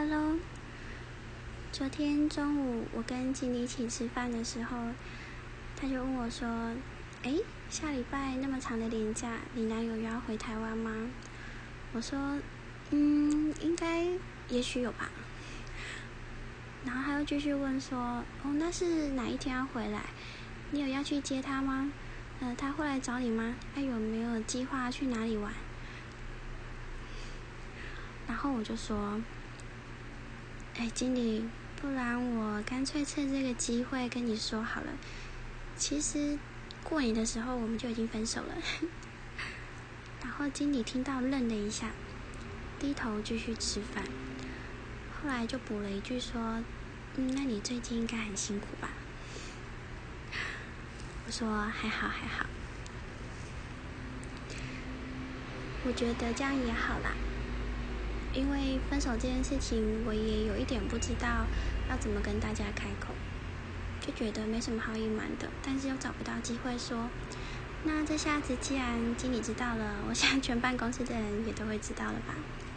Hello， 昨天中午我跟经理一起吃饭的时候，他就问我说：“下礼拜那么长的连假，你男友要回台湾吗？”我说：“应该，也许有吧。”然后他又继续问说：“那是哪一天要回来？你有要去接他吗？他会来找你吗？有没有计划去哪里玩？”然后我就说：“经理，不然我干脆趁这个机会跟你说好了。其实过年的时候我们就已经分手了。”然后经理听到愣了一下，低头继续吃饭。后来就补了一句说：“那你最近应该很辛苦吧？”我说：“还好。”我觉得这样也好啦，因为分手这件事情我也有一点不知道要怎么跟大家开口，就觉得没什么好隐瞒的，但是又找不到机会说。那这下子既然经理知道了，我想全办公室的人也都会知道了吧。